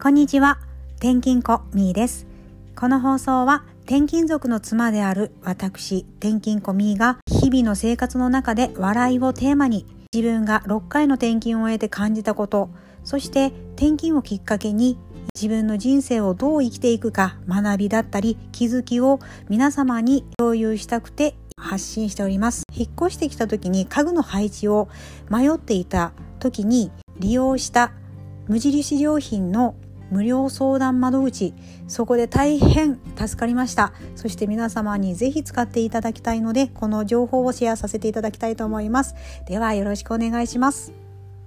こんにちは、転勤子みーです。この放送は転勤族の妻である私、転勤子みーが日々の生活の中で笑いをテーマに、自分が6回の転勤を終えて感じたこと、そして転勤をきっかけに自分の人生をどう生きていくか、学びだったり気づきを皆様に共有したくて発信しております。引っ越してきた時に家具の配置を迷っていた時に利用した無印良品の無料相談窓口、そこで大変助かりました。そして皆様にぜひ使っていただきたいので、この情報をシェアさせていただきたいと思います。ではよろしくお願いします。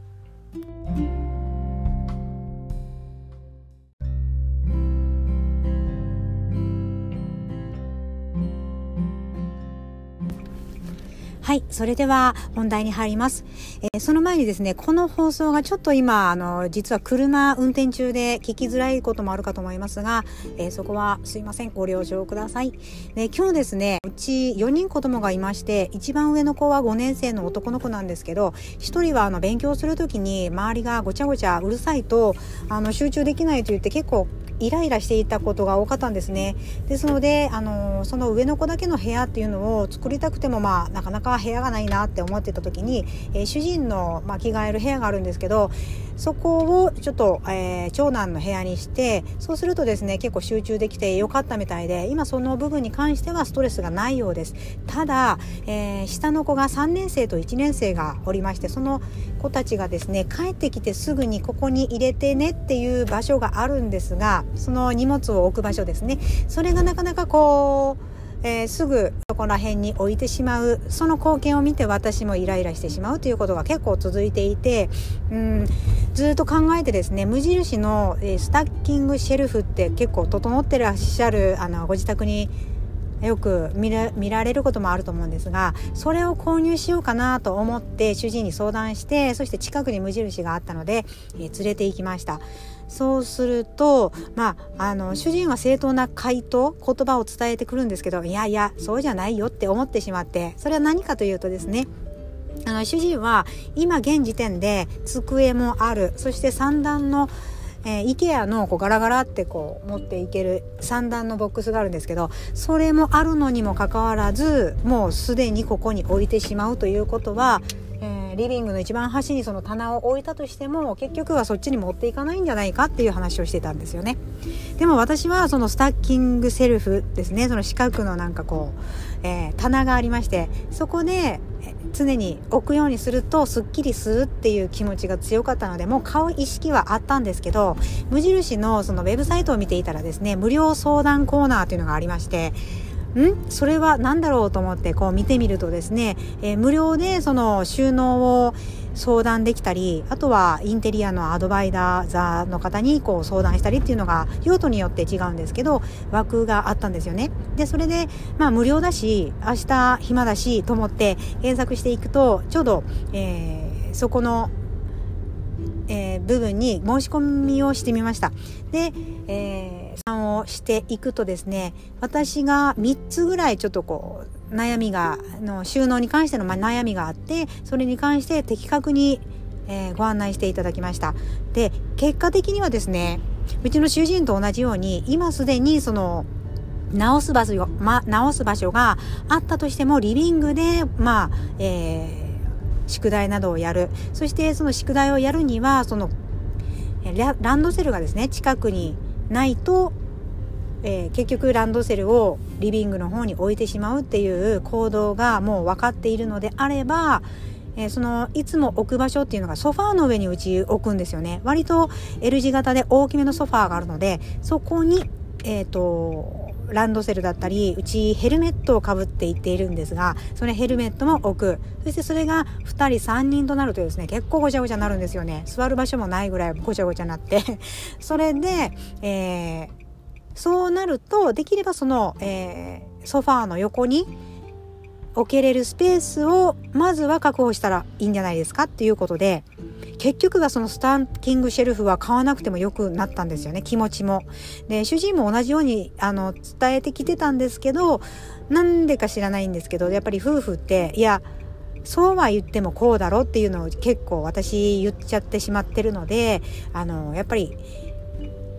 はい、それでは本題に入ります。その前にですね、この放送がちょっと今実は車運転中で聞きづらいこともあるかと思いますが、そこはすいません、ご了承ください。で、今日ですね、うち4人子供がいまして、一番上の子は5年生の男の子なんですけど、1人は勉強するときに周りがごちゃごちゃうるさいと集中できないと言って結構イライラしていたことが多かったんですね。ですのでその上の子だけの部屋っていうのを作りたくてもなかなか部屋がないなって思ってた時に、主人の、着替える部屋があるんですけど、そこをちょっと、長男の部屋にして、そうするとですね、結構集中できてよかったみたいで、今その部分に関してはストレスがないようです。ただ、下の子が3年生と1年生がおりまして、その子たちがですね、帰ってきてすぐにここに入れてねっていう場所があるんですが、その荷物を置く場所ですね、それがなかなかすぐそこら辺に置いてしまう、その光景を見て私もイライラしてしまうということが結構続いていて、ずっと考えてですね、無印のスタッキングシェルフって結構整ってらっしゃるご自宅によく見られることもあると思うんですが、それを購入しようかなと思って主人に相談して、そして近くに無印があったので、連れて行きました。そうすると、主人は正当な言葉を伝えてくるんですけど、いやいやそうじゃないよって思ってしまって、それは何かというとですね、主人は今現時点で机もある、そして3段のIKEA のガラガラって持っていける3段のボックスがあるんですけど、それもあるのにもかかわらず、もうすでにここに置いてしまうということは、リビングの一番端にその棚を置いたとしても、結局はそっちに持っていかないんじゃないかっていう話をしてたんですよね。でも私はそのスタッキングセルフですね、その四角の棚がありまして、そこで常に置くようにするとすっきりするっていう気持ちが強かったので、もう買う意識はあったんですけど、無印のそのウェブサイトを見ていたらですね、無料相談コーナーというのがありまして、それは何だろうと思って見てみるとですね、無料でその収納を相談できたり、あとはインテリアのアドバイザーの方に相談したりっていうのが用途によって違うんですけど、枠があったんですよね。で、それで無料だし、明日暇だしと思って検索していくと、ちょうど、そこの部分に申し込みをしてみました。で、をしていくとですね、私が3つぐらいちょっと悩みが収納に関しての悩みがあって、それに関して的確に、ご案内していただきました。で、結果的にはですね、うちの主人と同じように今すでにその直す場所があったとしても、リビングで宿題などをやる。そしてその宿題をやるにはそのランドセルがですね、近くにないと、結局ランドセルをリビングの方に置いてしまうっていう行動がもう分かっているのであれば、そのいつも置く場所っていうのがソファーの上にうち置くんですよね。割と L 字型で大きめのソファーがあるので、そこにランドセルだったり、うちヘルメットをかぶっていっているんですが、そのヘルメットも置く。そしてそれが2人3人となるとですね、結構ごちゃごちゃになるんですよね。座る場所もないぐらいごちゃごちゃになってそれで、そうなると、できればその、ソファーの横に置けれるスペースをまずは確保したらいいんじゃないですかっていうことで、結局はそのスタッキングシェルフは買わなくてもよくなったんですよね、気持ちも。で、主人も同じように伝えてきてたんですけど、なんでか知らないんですけど、やっぱり夫婦って、いやそうは言ってもこうだろっていうのを結構私言っちゃってしまってるので、やっぱり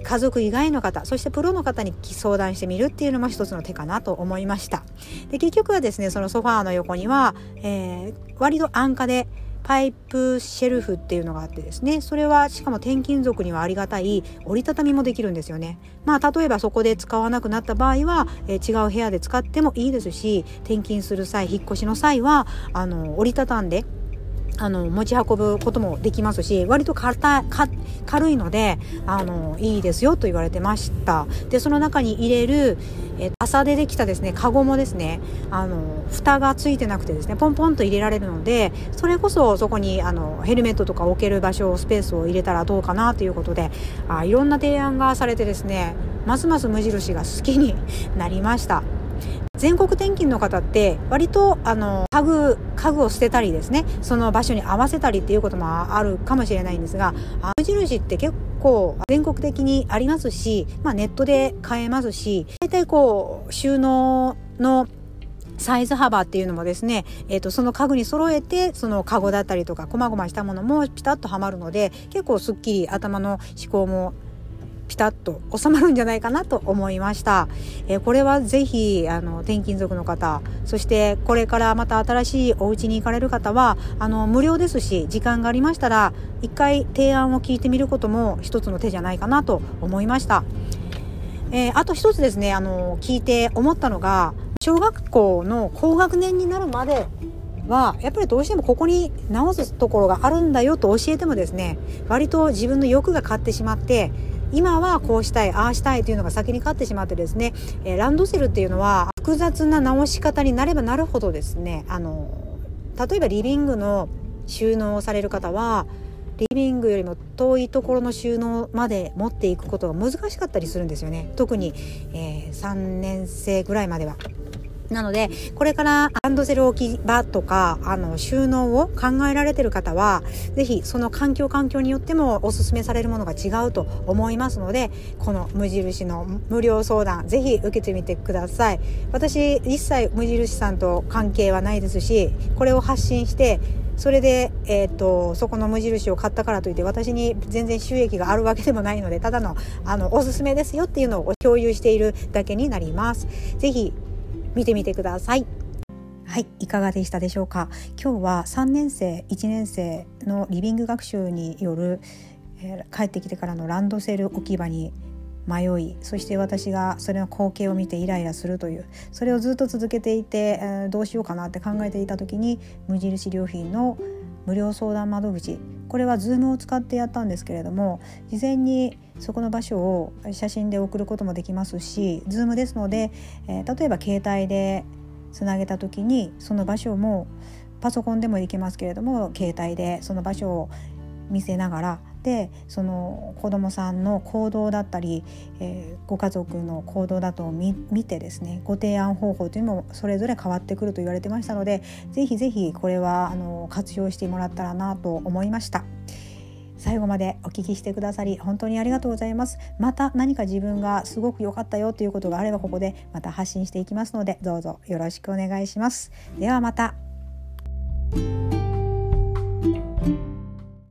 家族以外の方、そしてプロの方に相談してみるっていうのも一つの手かなと思いました。で結局はですね、そのソファーの横には、割と安価でパイプシェルフっていうのがあってですね、それはしかも転勤族にはありがたい折りたたみもできるんですよね。例えばそこで使わなくなった場合は、違う部屋で使ってもいいですし、転勤する際、引っ越しの際は折りたたんで持ち運ぶこともできますし、割と軽いのでいいですよと言われてました。でその中に入れる麻でできたですねカゴもですね、蓋がついてなくてですね、ポンポンと入れられるので、それこそそこにヘルメットとか置ける場所、スペースを入れたらどうかなということで、いろんな提案がされてですね、ますます無印が好きになりました。全国転勤の方って割と家具を捨てたりですね、その場所に合わせたりっていうこともあるかもしれないんですが、無印って結構全国的にありますし、ネットで買えますし、大体収納のサイズ幅っていうのもですね、その家具に揃えて、そのカゴだったりとか細々したものもピタッとはまるので、結構すっきり頭の思考もピタッと収まるんじゃないかなと思いました。これはぜひ転勤族の方、そしてこれからまた新しいお家に行かれる方は無料ですし、時間がありましたら一回提案を聞いてみることも一つの手じゃないかなと思いました。あと一つですね、聞いて思ったのが、小学校の高学年になるまではやっぱりどうしてもここに直すところがあるんだよと教えてもですね、割と自分の欲が勝ってしまって、今はこうしたいああしたいというのが先に勝ってしまってですね、ランドセルっていうのは複雑な直し方になればなるほどですね、例えばリビングの収納をされる方はリビングよりも遠いところの収納まで持っていくことが難しかったりするんですよね。特に、3年生ぐらいまでは。なのでこれからランドセル置き場とか収納を考えられている方は、ぜひその環境によってもおすすめされるものが違うと思いますので、この無印の無料相談ぜひ受けてみてください。私一切無印さんと関係はないですし、これを発信してそれで、そこの無印を買ったからといって私に全然収益があるわけでもないので、ただのおすすめですよっていうのを共有しているだけになります。ぜひ見てみてください。はい、いかがでしたでしょうか。今日は3年生1年生のリビング学習による、帰ってきてからのランドセル置き場に迷い、そして私がそれの光景を見てイライラするという、それをずっと続けていて、どうしようかなって考えていた時に、無印良品の無料相談窓口、これは Zoom を使ってやったんですけれども、事前にそこの場所を写真で送ることもできますし、 Zoom ですので、例えば携帯でつなげた時にその場所もパソコンでもできますけれども、携帯でその場所を見せながら、でその子どもさんの行動だったり、ご家族の行動だと見てですね、ご提案方法というのもそれぞれ変わってくると言われてましたので、ぜひぜひこれは活用してもらったらなと思いました。最後までお聞きしてくださり本当にありがとうございます。また何か自分がすごく良かったよということがあれば、ここでまた発信していきますので、どうぞよろしくお願いします。ではまた。